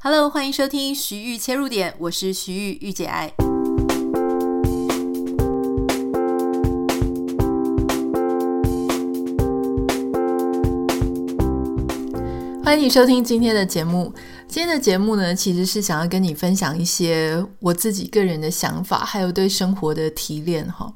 Hello， 欢迎收听徐玉切入点，我是徐玉玉姐爱。欢迎你收听今天的节目。今天的节目呢，其实是想要跟你分享一些我自己个人的想法，还有对生活的提炼哈。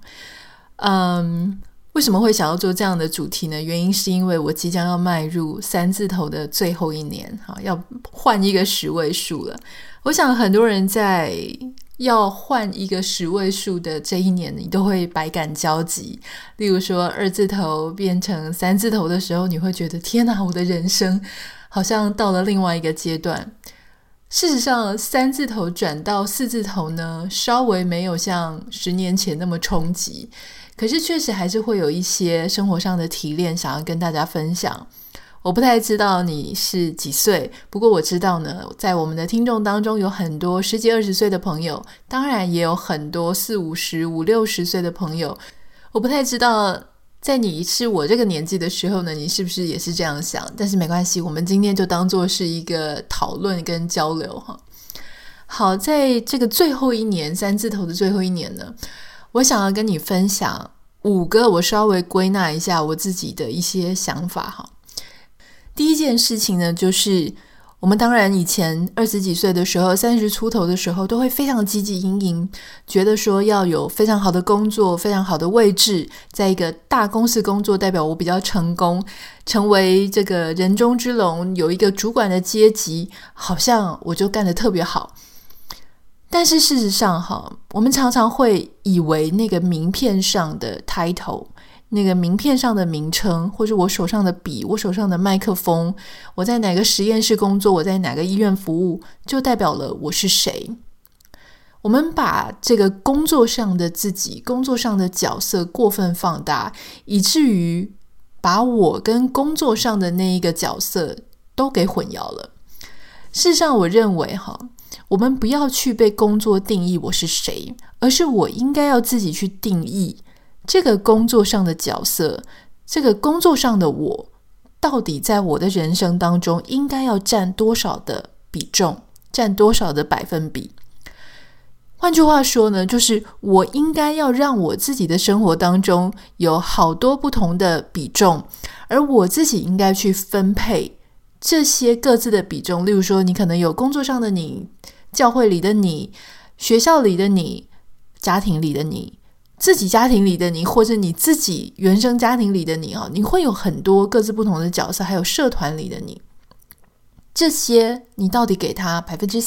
为什么会想要做这样的主题呢？原因是因为我即将要迈入3字头的最后一年，要换一个10位数了。我想很多人在要换一个10位数的这一年，你都会百感交集。例如说2字头变成3字头的时候，你会觉得天哪，我的人生好像到了另外一个阶段。事实上3字头转到4字头呢，稍微没有像10年前那么冲击，可是确实还是会有一些生活上的提炼想要跟大家分享。我不太知道你是几岁，不过我知道呢，在我们的听众当中有很多10几20岁的朋友，当然也有很多40、50、50、60岁的朋友。我不太知道在你是我这个年纪的时候呢，你是不是也是这样想？但是没关系，我们今天就当作是一个讨论跟交流哈。好，在这个最后一年，3字头的最后一年呢，我想要跟你分享5个我稍微归纳一下我自己的一些想法哈。第一件事情呢，就是我们当然以前20几岁的时候，30出头的时候，都会非常积极营营，觉得说要有非常好的工作，非常好的位置，在一个大公司工作代表我比较成功，成为这个人中之龙，有一个主管的阶级，好像我就干得特别好。但是事实上我们常常会以为那个名片上的 title， 那个名片上的名称，或者我手上的笔，我手上的麦克风，我在哪个实验室工作，我在哪个医院服务，就代表了我是谁。我们把这个工作上的自己，工作上的角色过分放大，以至于把我跟工作上的那一个角色都给混淆了。事实上我认为我们不要去被工作定义我是谁，而是我应该要自己去定义这个工作上的角色，这个工作上的我到底在我的人生当中应该要占多少的比重，占多少的百分比。换句话说呢，就是我应该要让我自己的生活当中有好多不同的比重，而我自己应该去分配这些各自的比重。例如说，你可能有工作上的你，教会里的你，学校里的你，家庭里的你，自己家庭里的你，或者你自己原生家庭里的你，你会有很多各自不同的角色，还有社团里的你。这些你到底给他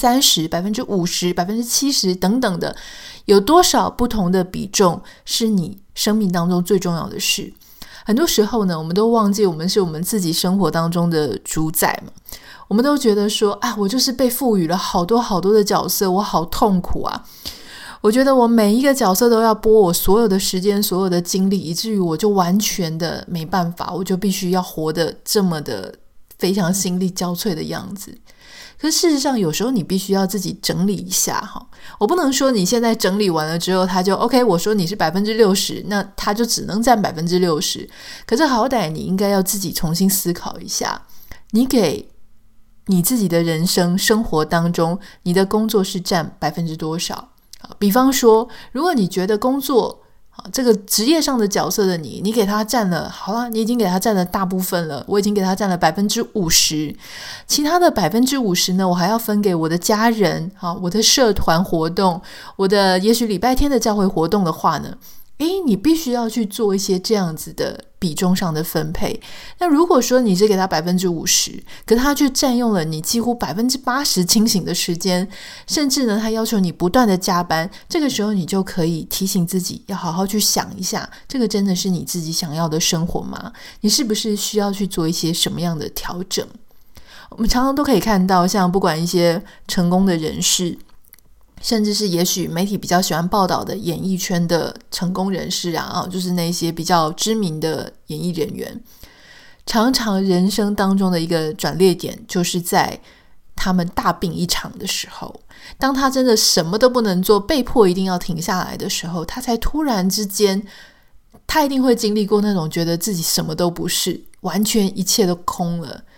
30%、50%、70% 等等的，有多少不同的比重是你生命当中最重要的事。很多时候呢，我们都忘记我们是我们自己生活当中的主宰嘛。我们都觉得说我就是被赋予了好多好多的角色，我好痛苦啊。我觉得我每一个角色都要拨我所有的时间，所有的精力，以至于我就完全的没办法，我就必须要活得这么的非常心力交瘁的样子。可是事实上有时候你必须要自己整理一下我不能说你现在整理完了之后他就 OK， 我说你是 60%， 那他就只能占 60%。 可是好歹你应该要自己重新思考一下，你给你自己的人生生活当中，你的工作是占多少。比方说，如果你觉得工作这个职业上的角色的你给他占了，好了，你已经给他占了大部分了，我已经给他占了 50%， 其他的 50% 呢，我还要分给我的家人，我的社团活动，我的也许礼拜天的教会活动的话呢，你必须要去做一些这样子的比重上的分配。那如果说你是给他 50%， 可他却占用了你几乎 80% 清醒的时间，甚至呢他要求你不断的加班，这个时候你就可以提醒自己要好好去想一下，这个真的是你自己想要的生活吗？你是不是需要去做一些什么样的调整？我们常常都可以看到，像不管一些成功的人士，甚至是也许媒体比较喜欢报道的演艺圈的成功人士就是那些比较知名的演艺人员，常常人生当中的一个转捩点就是在他们大病一场的时候，当他真的什么都不能做，被迫一定要停下来的时候，他才突然之间，他一定会经历过那种觉得自己什么都不是，完全一切都空了，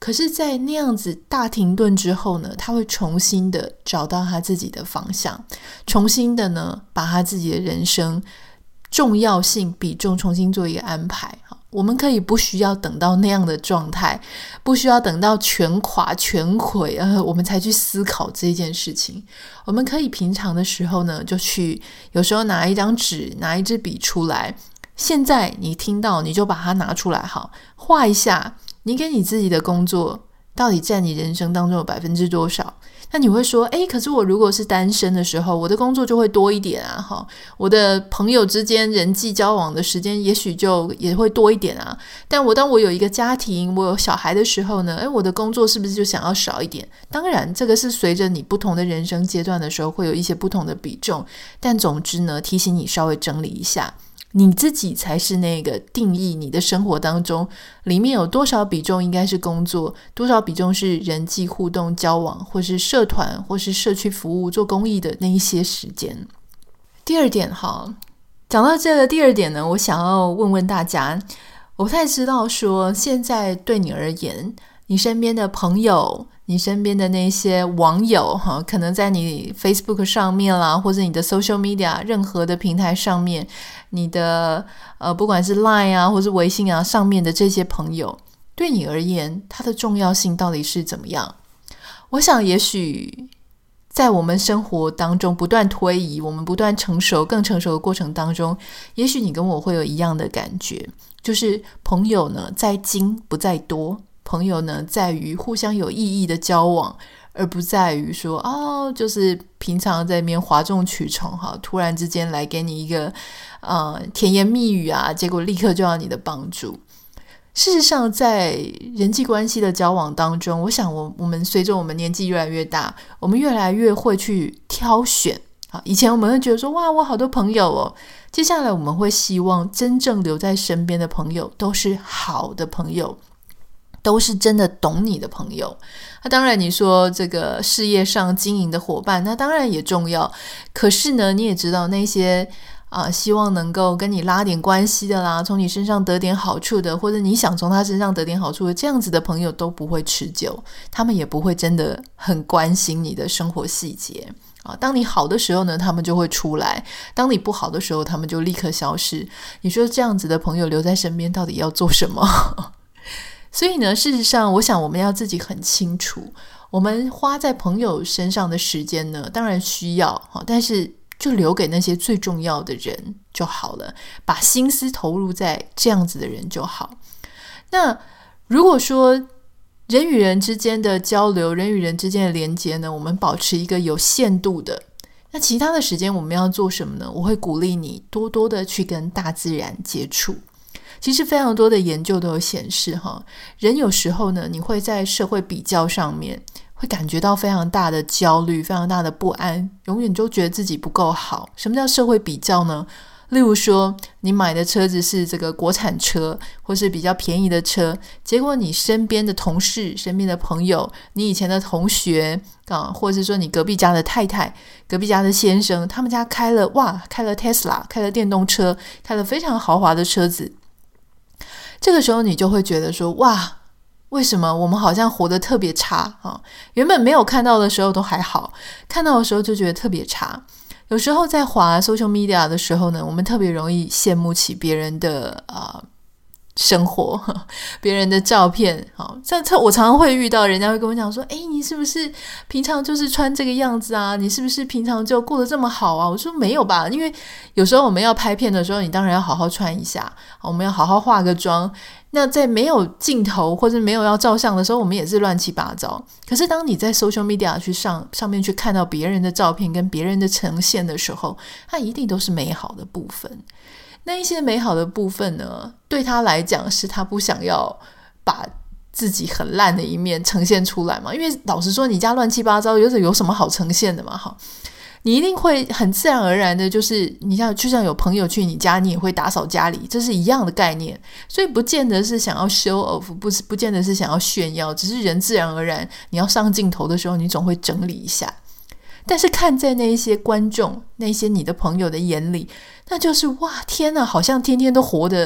可是在那样子大停顿之后呢，他会重新的找到他自己的方向，重新的呢把他自己的人生重要性比重重新做一个安排。我们可以不需要等到那样的状态，不需要等到全垮全溃我们才去思考这件事情。我们可以平常的时候呢，就去有时候拿一张纸拿一支笔出来，现在你听到你就把它拿出来，好，画一下你给你自己的工作到底占你人生当中有多少。那你会说可是我如果是单身的时候，我的工作就会多一点啊，我的朋友之间人际交往的时间也许就也会多一点啊，但当我有一个家庭，我有小孩的时候呢，我的工作是不是就想要少一点？当然这个是随着你不同的人生阶段的时候会有一些不同的比重，但总之呢，提醒你稍微整理一下，你自己才是那个定义你的生活当中里面有多少比重应该是工作，多少比重是人际互动交往，或是社团或是社区服务做公益的那一些时间。第二点讲到这个第二点呢，我想要问问大家，我不太知道说现在对你而言，你身边的朋友，你身边的那些网友可能在你 Facebook 上面啦，或者你的 social media 任何的平台上面，你的不管是 Line 啊或是微信啊上面的这些朋友，对你而言它的重要性到底是怎么样？我想也许在我们生活当中不断推移，我们不断成熟更成熟的过程当中，也许你跟我会有一样的感觉，就是朋友呢在精不在多，朋友呢在于互相有意义的交往，而不在于说就是平常在那边哗众取宠突然之间来给你一个甜言蜜语啊，结果立刻就要你的帮助。事实上在人际关系的交往当中，我想我们随着我们年纪越来越大，我们越来越会去挑选。以前我们会觉得说哇我好多朋友接下来我们会希望真正留在身边的朋友都是好的朋友，都是真的懂你的朋友。那当然你说这个事业上经营的伙伴，那当然也重要，可是呢你也知道那些希望能够跟你拉点关系的啦，从你身上得点好处的，或者你想从他身上得点好处的，这样子的朋友都不会持久，他们也不会真的很关心你的生活细节当你好的时候呢，他们就会出来，当你不好的时候他们就立刻消失。你说这样子的朋友留在身边到底要做什么？所以呢，事实上我想我们要自己很清楚，我们花在朋友身上的时间呢当然需要但是就留给那些最重要的人就好了，把心思投入在这样子的人就好。那如果说人与人之间的交流，人与人之间的连接呢，我们保持一个有限度的，那其他的时间我们要做什么呢？我会鼓励你多多的去跟大自然接触。其实非常多的研究都有显示人有时候呢，你会在社会比较上面会感觉到非常大的焦虑，非常大的不安，永远就觉得自己不够好。什么叫社会比较呢？例如说你买的车子是这个国产车，或是比较便宜的车，结果你身边的同事，身边的朋友，你以前的同学或者是说你隔壁家的太太，隔壁家的先生，他们家开了 Tesla， 开了电动车，开了非常豪华的车子。这个时候你就会觉得说哇，为什么我们好像活得特别差原本没有看到的时候都还好，看到的时候就觉得特别差。有时候在滑 social media 的时候呢，我们特别容易羡慕起别人的生活，别人的照片我常常会遇到人家会跟我讲说你是不是平常就是穿这个样子啊，你是不是平常就过得这么好啊？我说没有吧，因为有时候我们要拍片的时候，你当然要好好穿一下，我们要好好化个妆，那在没有镜头或者没有要照相的时候，我们也是乱七八糟。可是当你在 social media 上面去看到别人的照片跟别人的呈现的时候，它一定都是美好的部分。那一些美好的部分呢，对他来讲是他不想要把自己很烂的一面呈现出来嘛，因为老实说你家乱七八糟有什么好呈现的嘛你一定会很自然而然的，就是你像就像有朋友去你家，你也会打扫家里，这是一样的概念。所以不见得是想要 show off， 不见得是想要炫耀，只是人自然而然你要上镜头的时候，你总会整理一下。但是看在那一些观众，那些你的朋友的眼里，那就是哇天哪，好像天天都活得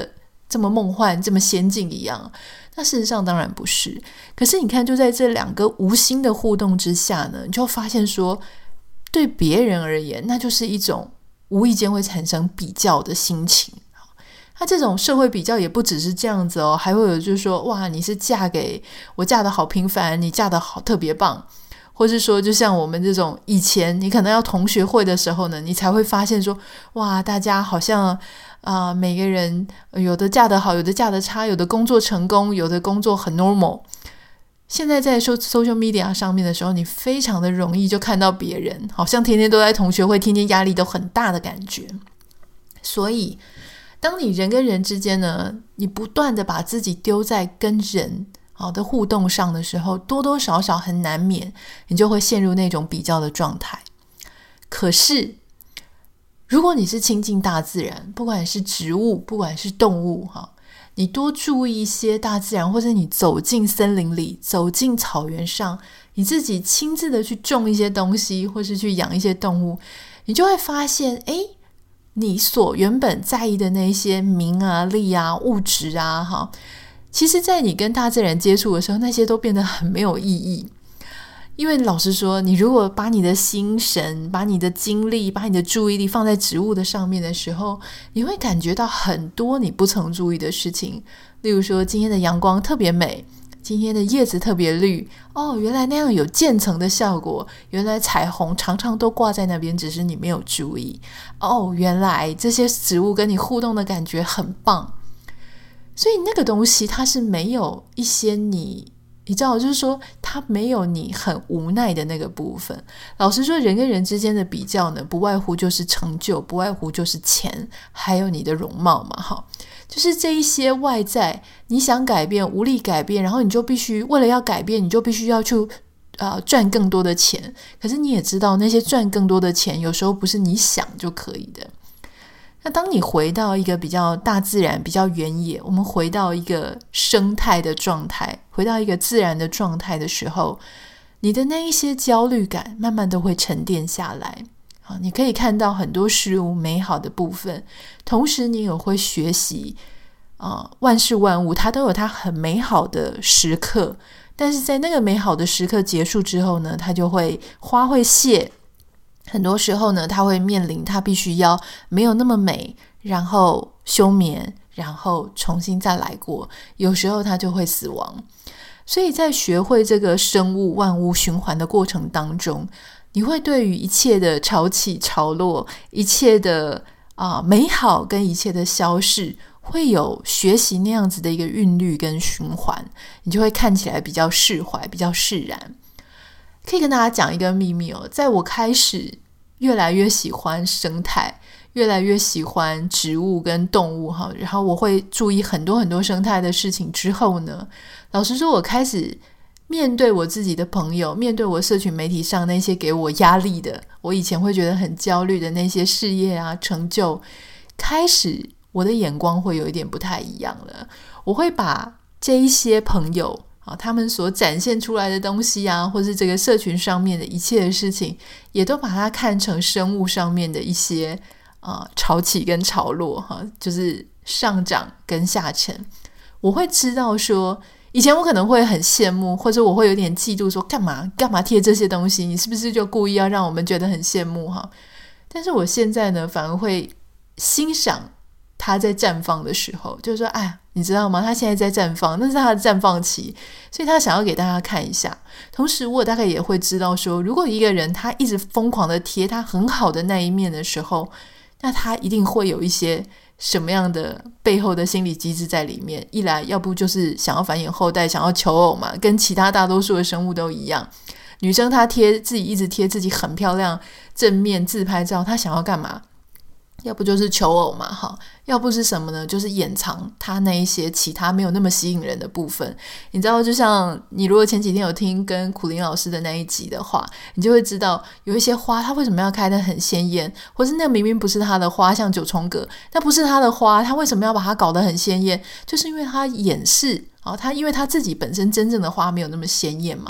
这么梦幻这么先进一样。那事实上当然不是。可是你看，就在这两个无心的互动之下呢，你就发现说，对别人而言，那就是一种无意间会产生比较的心情。那这种社会比较也不只是这样子哦，还会有就是说，哇，你是嫁给我，嫁得好平凡，你嫁得好特别棒。或是说就像我们这种以前你可能要同学会的时候呢，你才会发现说，哇，大家好像每个人有的嫁得好，有的嫁得差，有的工作成功，有的工作很 normal。 现在在 social media 上面的时候，你非常的容易就看到别人好像天天都在同学会，天天压力都很大的感觉。所以当你人跟人之间呢，你不断的把自己丢在跟人的互动上的时候，多多少少很难免你就会陷入那种比较的状态。可是如果你是亲近大自然，不管是植物，不管是动物，你多注意一些大自然，或者你走进森林里，走进草原上，你自己亲自的去种一些东西，或是去养一些动物，你就会发现你所原本在意的那些名啊、利啊、物质啊，其实在你跟大自然接触的时候，那些都变得很没有意义。因为老实说，你如果把你的心神、把你的精力、把你的注意力放在植物的上面的时候，你会感觉到很多你不曾注意的事情。例如说，今天的阳光特别美，今天的叶子特别绿，原来那样有渐层的效果，原来彩虹常常都挂在那边，只是你没有注意。原来这些植物跟你互动的感觉很棒。所以那个东西它是没有一些你知道，就是说它没有你很无奈的那个部分。老实说，人跟人之间的比较呢，不外乎就是成就，不外乎就是钱，还有你的容貌嘛，就是这一些外在你想改变无力改变，然后你就必须为了要改变，你就必须要去赚更多的钱。可是你也知道，那些赚更多的钱有时候不是你想就可以的。那当你回到一个比较大自然、比较原野，我们回到一个生态的状态，回到一个自然的状态的时候，你的那一些焦虑感慢慢都会沉淀下来。你可以看到很多事物美好的部分，同时你也会学习万事万物它都有它很美好的时刻，但是在那个美好的时刻结束之后呢，它就会花会谢，很多时候呢，它会面临它必须要没有那么美，然后休眠，然后重新再来过，有时候它就会死亡。所以在学会这个生物万物循环的过程当中，你会对于一切的潮起潮落，一切的美好跟一切的消逝，会有学习那样子的一个韵律跟循环，你就会看起来比较释怀，比较释然。可以跟大家讲一个秘密在我开始越来越喜欢生态，越来越喜欢植物跟动物然后我会注意很多很多生态的事情之后呢，老实说，我开始面对我自己的朋友，面对我社群媒体上那些给我压力的，我以前会觉得很焦虑的那些事业啊、成就，开始我的眼光会有一点不太一样了。我会把这一些朋友他们所展现出来的东西啊，或是这个社群上面的一切的事情，也都把它看成生物上面的一些潮起跟潮落就是上涨跟下沉。我会知道说，以前我可能会很羡慕，或者我会有点嫉妒，说干嘛贴这些东西，你是不是就故意要让我们觉得很羡慕但是我现在呢，反而会欣赏它在绽放的时候，就是说你知道吗，它现在在绽放，那是它的绽放期，所以他想要给大家看一下。同时我大概也会知道说，如果一个人他一直疯狂的贴他很好的那一面的时候，那他一定会有一些什么样的背后的心理机制在里面。一来要不就是想要繁衍后代，想要求偶嘛，跟其他大多数的生物都一样。女生她一直贴自己很漂亮正面自拍照，她想要干嘛？要不就是求偶嘛要不是什么呢，就是掩藏他那一些其他没有那么吸引人的部分。你知道，就像你如果前几天有听跟苦苓老师的那一集的话，你就会知道有一些花它为什么要开得很鲜艳，或是那明明不是它的花，像九重葛，那不是它的花，它为什么要把它搞得很鲜艳，就是因为它掩饰因为它自己本身真正的花没有那么鲜艳嘛。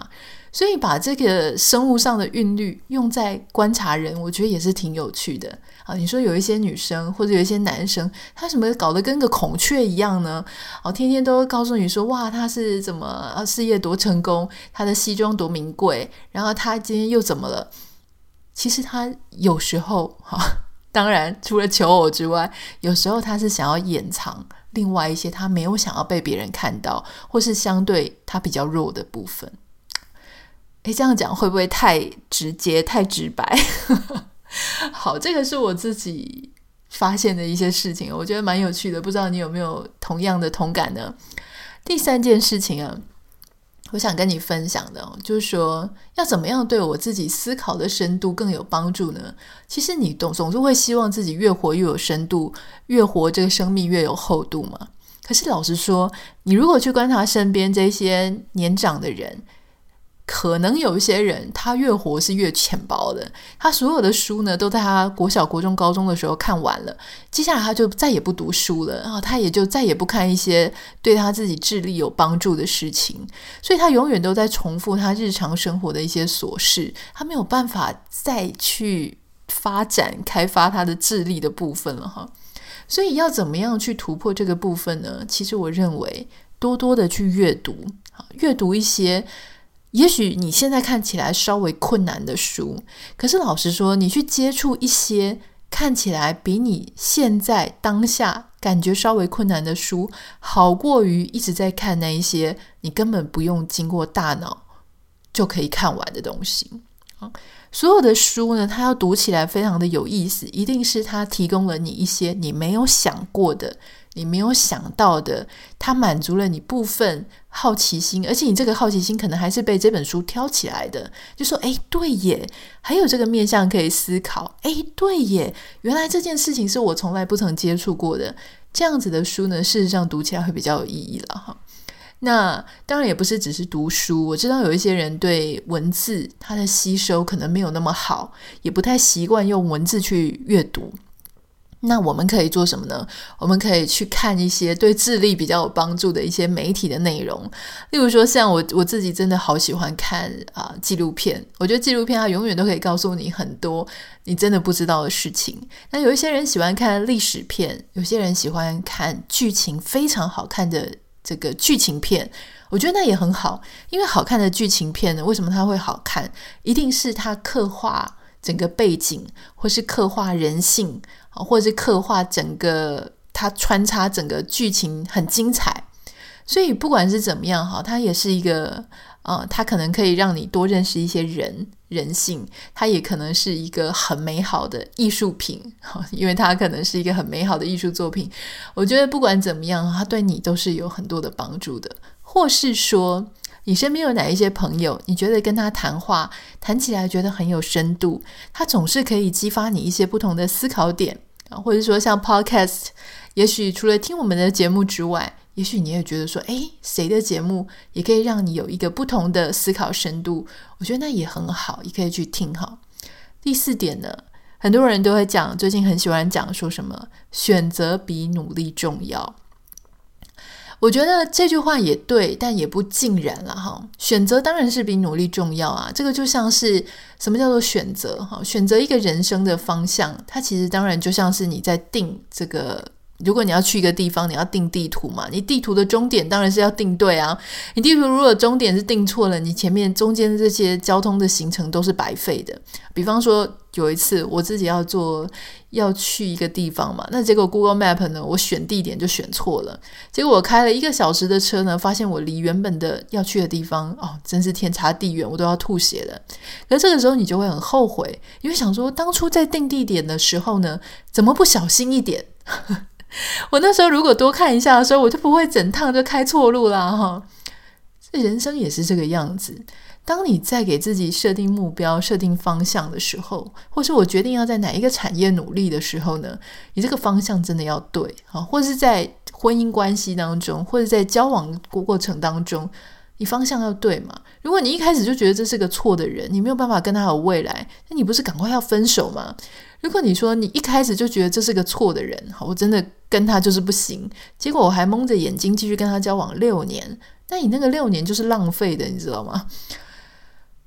所以把这个生物上的韵律用在观察人，我觉得也是挺有趣的。你说有一些女生或者有一些男生，他什么搞得跟个孔雀一样呢？天天都告诉你说，哇，他是怎么事业多成功，他的西装多名贵，然后他今天又怎么了？其实他有时候当然除了求偶之外，有时候他是想要掩藏另外一些他没有想要被别人看到，或是相对他比较弱的部分。这样讲会不会太直接太直白？好，这个是我自己发现的一些事情，我觉得蛮有趣的，不知道你有没有同样的同感呢？第三件事情啊，我想跟你分享的就是说，要怎么样对我自己思考的深度更有帮助呢？其实你总是会希望自己越活越有深度，越活这个生命越有厚度嘛。可是老实说，你如果去观察身边这些年长的人，可能有一些人他越活是越浅薄的，他所有的书呢都在他国小国中高中的时候看完了，接下来他就再也不读书了，然后他也就再也不看一些对他自己智力有帮助的事情，所以他永远都在重复他日常生活的一些琐事，他没有办法再去发展开发他的智力的部分了哈。所以要怎么样去突破这个部分呢？其实我认为多多的去阅读，阅读一些也许你现在看起来稍微困难的书，可是老实说，你去接触一些看起来比你现在当下感觉稍微困难的书，好过于一直在看那一些你根本不用经过大脑就可以看完的东西。所有的书呢，它要读起来非常的有意思，一定是它提供了你一些你没有想过的，你没有想到的，它满足了你部分好奇心，而且你这个好奇心可能还是被这本书挑起来的，就说对耶，还有这个面向可以思考，对耶，原来这件事情是我从来不曾接触过的，这样子的书呢，事实上读起来会比较有意义了哈。那当然也不是只是读书，我知道有一些人对文字它的吸收可能没有那么好，也不太习惯用文字去阅读，那我们可以做什么呢？我们可以去看一些对智力比较有帮助的一些媒体的内容，例如说像我自己真的好喜欢看纪录片，我觉得纪录片它永远都可以告诉你很多你真的不知道的事情。那有一些人喜欢看历史片，有些人喜欢看剧情非常好看的这个剧情片，我觉得那也很好，因为好看的剧情片呢，为什么它会好看？一定是它刻画整个背景，或是刻画人性，或是刻画整个它穿插整个剧情很精彩。所以不管是怎么样它也是一个它可能可以让你多认识一些人性，它也可能是一个很美好的艺术品，因为它可能是一个很美好的艺术作品。我觉得不管怎么样，它对你都是有很多的帮助的。或是说你身边有哪一些朋友，你觉得跟他谈话谈起来觉得很有深度，他总是可以激发你一些不同的思考点，或者说像 podcast， 也许除了听我们的节目之外，也许你也觉得说谁的节目也可以让你有一个不同的思考深度，我觉得那也很好，也可以去听哈。第四点呢，很多人都会讲，最近很喜欢讲说什么选择比努力重要。我觉得这句话也对，但也不尽然啦哈。选择当然是比努力重要啊，这个就像是什么叫做选择哈？选择一个人生的方向，它其实当然就像是你在定这个，如果你要去一个地方，你要定地图嘛，你地图的终点当然是要定对啊。你地图如果终点是定错了，你前面中间的这些交通的行程都是白费的。比方说有一次我自己要去一个地方嘛，那结果 Google Map 呢，我选地点就选错了，结果我开了1个小时的车呢，发现我离原本的要去的地方真是天差地远，我都要吐血了。可是这个时候你就会很后悔，你会想说当初在定地点的时候呢，怎么不小心一点？我那时候如果多看一下的时候，我就不会整趟就开错路啦哈。这人生也是这个样子，当你在给自己设定目标、设定方向的时候，或是我决定要在哪一个产业努力的时候呢，你这个方向真的要对，或是在婚姻关系当中，或者在交往过程当中，你方向要对嘛。如果你一开始就觉得这是个错的人，你没有办法跟他有未来，那你不是赶快要分手吗？如果你说你一开始就觉得这是个错的人，我真的跟他就是不行，结果我还蒙着眼睛继续跟他交往6年，那你那个6年就是浪费的，你知道吗？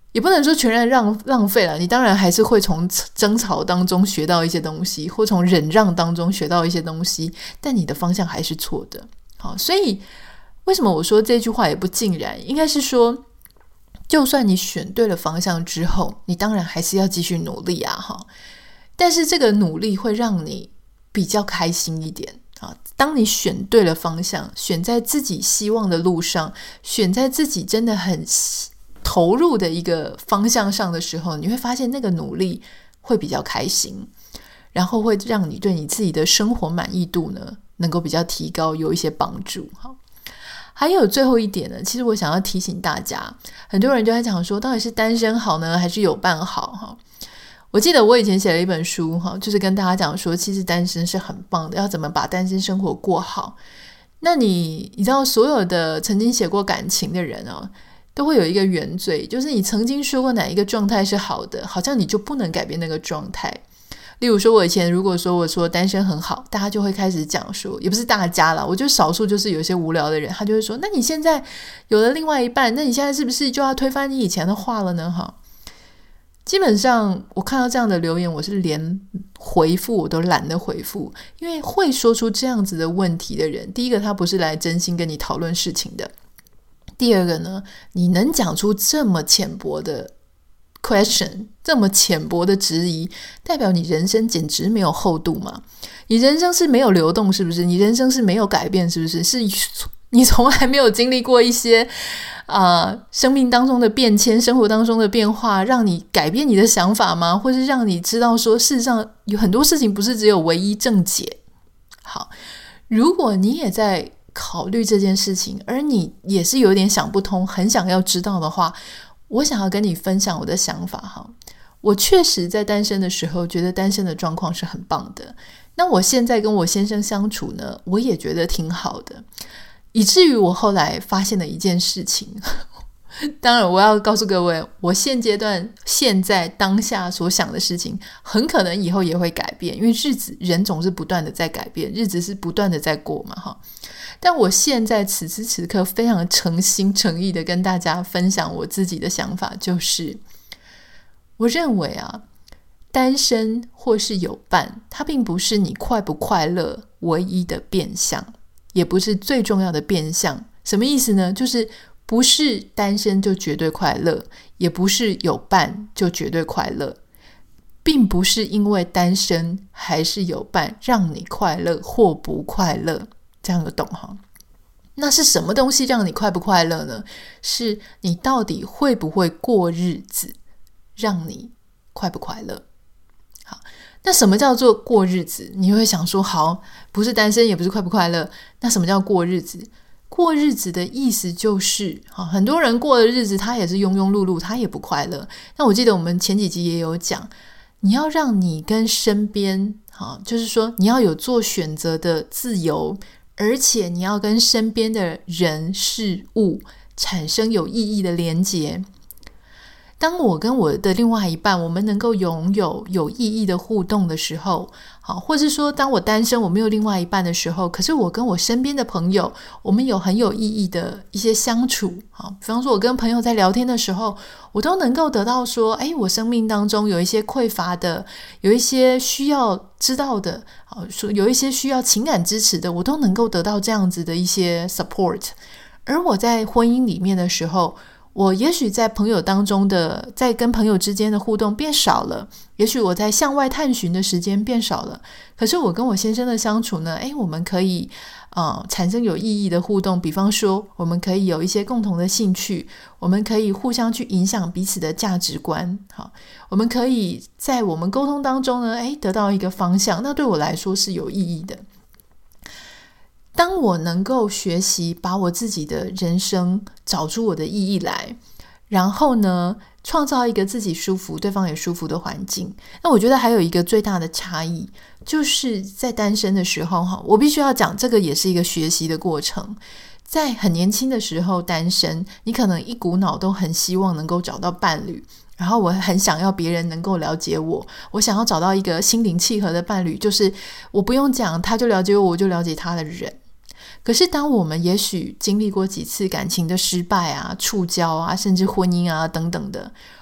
也不能说全然浪费了，你当然还是会从争吵当中学到一些东西，或从忍让当中学到一些东西，但你的方向还是错的。好，所以为什么我说这句话也不尽然，应该是说就算你选对了方向之后，你当然还是要继续努力啊，但是这个努力会让你比较开心一点。当你选对了方向，选在自己希望的路上，选在自己真的很投入的一个方向上的时候，你会发现那个努力会比较开心，然后会让你对你自己的生活满意度呢能够比较提高，有一些帮助。还有最后一点呢，其实我想要提醒大家，很多人就在讲说到底是单身好呢还是有伴好。我记得我以前写了一本书，就是跟大家讲说其实单身是很棒的，要怎么把单身生活过好。那你知道所有的曾经写过感情的人都会有一个原罪，就是你曾经说过哪一个状态是好的，好像你就不能改变那个状态。例如说我以前如果说我说单身很好，大家就会开始讲说，也不是大家啦，我觉得少数就是有一些无聊的人，他就会说那你现在有了另外一半，那你现在是不是就要推翻你以前的话了呢？基本上我看到这样的留言，我是连回复我都懒得回复，因为会说出这样子的问题的人，第一个他不是来真心跟你讨论事情的，第二个呢，你能讲出这么浅薄的 question， 这么浅薄的质疑，代表你人生简直没有厚度嘛？你人生是没有流动是不是？你人生是没有改变是不是？是你从来没有经历过一些生命当中的变迁，生活当中的变化，让你改变你的想法吗？或是让你知道说事实上有很多事情不是只有唯一正解。好，如果你也在考虑这件事情，而你也是有点想不通，很想要知道的话，我想要跟你分享我的想法。我确实在单身的时候觉得单身的状况是很棒的，那我现在跟我先生相处呢，我也觉得挺好的，以至于我后来发现了一件事情当然我要告诉各位，我现阶段现在当下所想的事情很可能以后也会改变，因为人总是不断的在改变，日子是不断的在过嘛。但我现在此时此刻非常诚心诚意的跟大家分享我自己的想法，就是我认为单身或是有伴，它并不是你快不快乐唯一的变项，也不是最重要的变项。什么意思呢？就是不是单身就绝对快乐，也不是有伴就绝对快乐，并不是因为单身还是有伴让你快乐或不快乐，这样有懂哈？那是什么东西让你快不快乐呢？是你到底会不会过日子让你快不快乐。好，那什么叫做过日子？你会想说，好，不是单身也不是快不快乐，那什么叫过日子？过日子的意思就是很多人过的日子他也是庸庸碌碌，他也不快乐。那我记得我们前几集也有讲，你要让你跟身边就是说你要有做选择的自由，而且你要跟身边的人事物产生有意义的连结。当我跟我的另外一半，我们能够拥有有意义的互动的时候，或是说当我单身我没有另外一半的时候，可是我跟我身边的朋友，我们有很有意义的一些相处。比方说我跟朋友在聊天的时候，我都能够得到说，我生命当中有一些匮乏的，有一些需要知道的，有一些需要情感支持的，我都能够得到这样子的一些 support。而我在婚姻里面的时候，我也许在朋友当中的，在跟朋友之间的互动变少了，也许我在向外探寻的时间变少了，可是我跟我先生的相处呢，我们可以产生有意义的互动。比方说我们可以有一些共同的兴趣，我们可以互相去影响彼此的价值观，我们可以在我们沟通当中呢得到一个方向，那对我来说是有意义的。当我能够学习把我自己的人生找出我的意义来，然后呢创造一个自己舒服对方也舒服的环境，那我觉得还有一个最大的差异，就是在单身的时候我必须要讲，这个也是一个学习的过程。在很年轻的时候单身，你可能一股脑都很希望能够找到伴侣，然后我很想要别人能够了解我，我想要找到一个心灵契合的伴侣，就是我不用讲他就了解我，我就了解他的人。可是当我们也许经历过几次感情的失败触礁甚至婚姻等等的，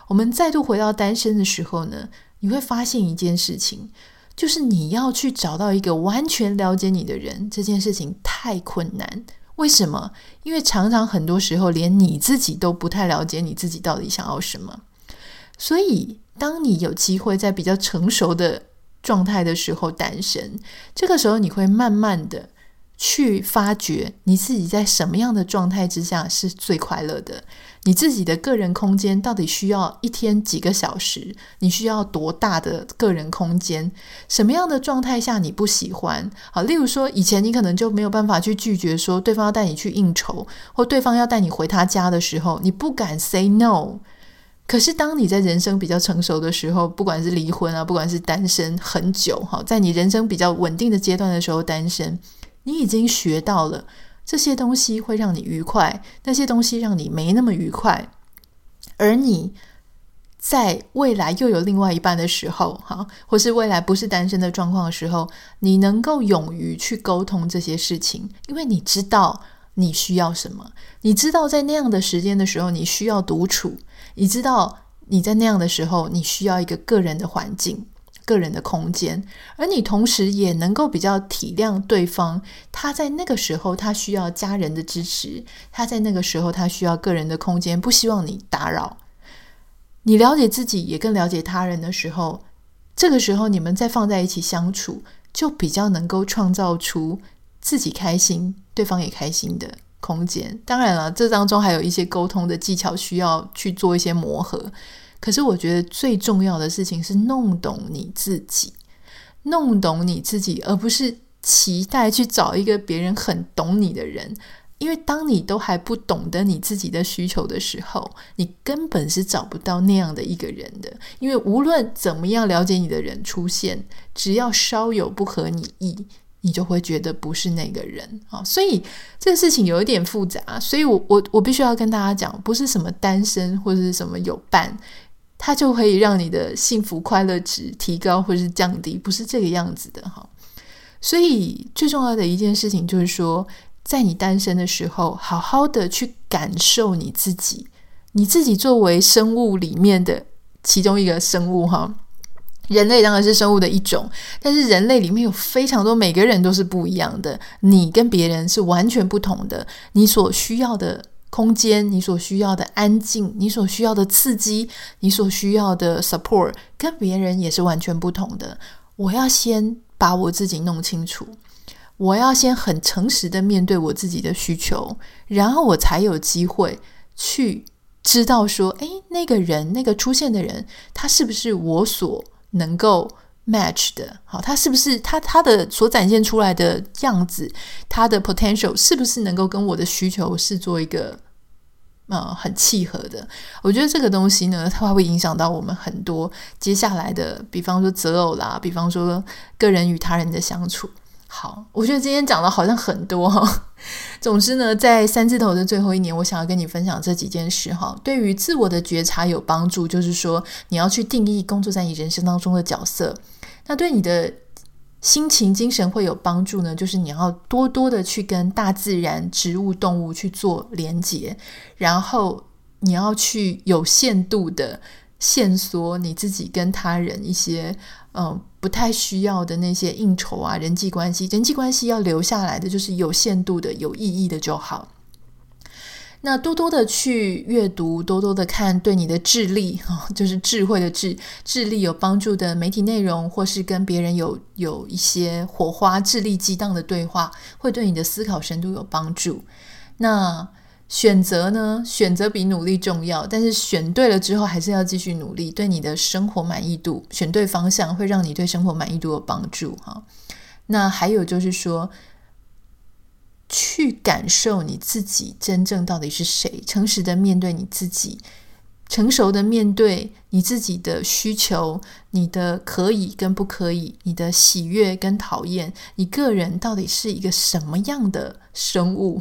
我们再度回到单身的时候呢，你会发现一件事情，就是你要去找到一个完全了解你的人，这件事情太困难。为什么？因为常常很多时候连你自己都不太了解你自己到底想要什么。所以当你有机会在比较成熟的状态的时候单身，这个时候你会慢慢的去发掘你自己在什么样的状态之下是最快乐的，你自己的个人空间到底需要一天几个小时，你需要多大的个人空间，什么样的状态下你不喜欢。好，例如说以前你可能就没有办法去拒绝说对方要带你去应酬，或对方要带你回他家的时候，你不敢 say no。可是当你在人生比较成熟的时候，不管是离婚啊，不管是单身很久，在你人生比较稳定的阶段的时候单身，你已经学到了这些东西会让你愉快，那些东西让你没那么愉快。而你在未来又有另外一半的时候，或是未来不是单身的状况的时候，你能够勇于去沟通这些事情，因为你知道你需要什么，你知道在那样的时间的时候你需要独处，你知道你在那样的时候你需要一个个人的环境，个人的空间，而你同时也能够比较体谅对方，他在那个时候他需要家人的支持，他在那个时候他需要个人的空间，不希望你打扰。你了解自己也更了解他人的时候，这个时候你们再放在一起相处，就比较能够创造出自己开心对方也开心的空间。当然了，这当中还有一些沟通的技巧需要去做一些磨合，可是我觉得最重要的事情是弄懂你自己，弄懂你自己，而不是期待去找一个别人很懂你的人。因为当你都还不懂得你自己的需求的时候，你根本是找不到那样的一个人的。因为无论怎么样了解你的人出现，只要稍有不合你意，你就会觉得不是那个人。所以这个事情有一点复杂，所以我必须要跟大家讲，不是什么单身或者是什么有伴它就可以让你的幸福快乐值提高或是降低，不是这个样子的。所以最重要的一件事情就是说，在你单身的时候，好好的去感受你自己，你自己作为生物里面的其中一个生物人类当然是生物的一种，但是人类里面有非常多，每个人都是不一样的，你跟别人是完全不同的，你所需要的空间，你所需要的安静，你所需要的刺激，你所需要的 support 跟别人也是完全不同的。我要先把我自己弄清楚，我要先很诚实的面对我自己的需求，然后我才有机会去知道说，那个人，那个出现的人，他是不是我所能够 match 的，他是不是他的所展现出来的样子，他的 potential 是不是能够跟我的需求是做一个很契合的。我觉得这个东西呢，它会影响到我们很多接下来的，比方说择偶啦，比方说个人与他人的相处。好，我觉得今天讲的好像很多总之呢，在3字头的最后一年，我想要跟你分享这几件事对于自我的觉察有帮助，就是说你要去定义工作在你人生当中的角色。那对你的心情精神会有帮助呢，就是你要多多的去跟大自然植物动物去做连结，然后你要去有限度的限缩你自己跟他人一些不太需要的那些应酬啊，人际关系要留下来的就是有限度的有意义的就好。那多多的去阅读，多多的看对你的智力就是智慧的智力有帮助的媒体内容，或是跟别人有一些火花智力激荡的对话，会对你的思考深度有帮助。那选择呢？选择比努力重要，但是选对了之后还是要继续努力，对你的生活满意度，选对方向会让你对生活满意度有帮助那还有就是说，去感受你自己真正到底是谁，诚实的面对你自己，成熟的面对你自己的需求，你的可以跟不可以，你的喜悦跟讨厌，你个人到底是一个什么样的生物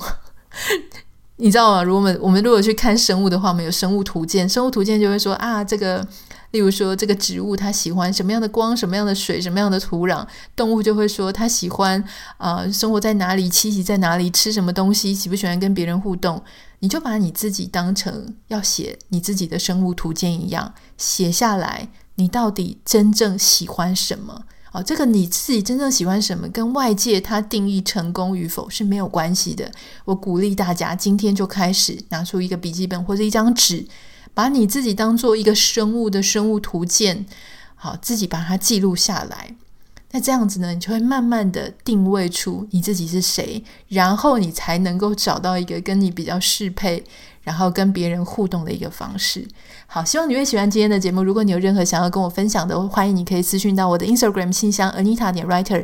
你知道吗？我们如果去看生物的话，我们有生物图鉴，生物图鉴就会说这个例如说这个植物它喜欢什么样的光，什么样的水，什么样的土壤，动物就会说它喜欢生活在哪里，栖息在哪里，吃什么东西，喜不喜欢跟别人互动。你就把你自己当成要写你自己的生物图鉴一样，写下来你到底真正喜欢什么。这个你自己真正喜欢什么跟外界它定义成功与否是没有关系的。我鼓励大家今天就开始拿出一个笔记本或者一张纸，把你自己当做一个生物的生物图鉴，好，自己把它记录下来。那这样子呢，你就会慢慢的定位出你自己是谁，然后你才能够找到一个跟你比较适配，然后跟别人互动的一个方式。好，希望你会喜欢今天的节目。如果你有任何想要跟我分享的，欢迎你可以私讯到我的 Instagram 信箱 Anita.Writer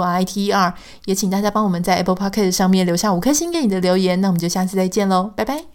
ANITA.WRITER， 也请大家帮我们在 Apple Podcast 上面留下5颗星给你的留言。那我们就下次再见咯，拜拜。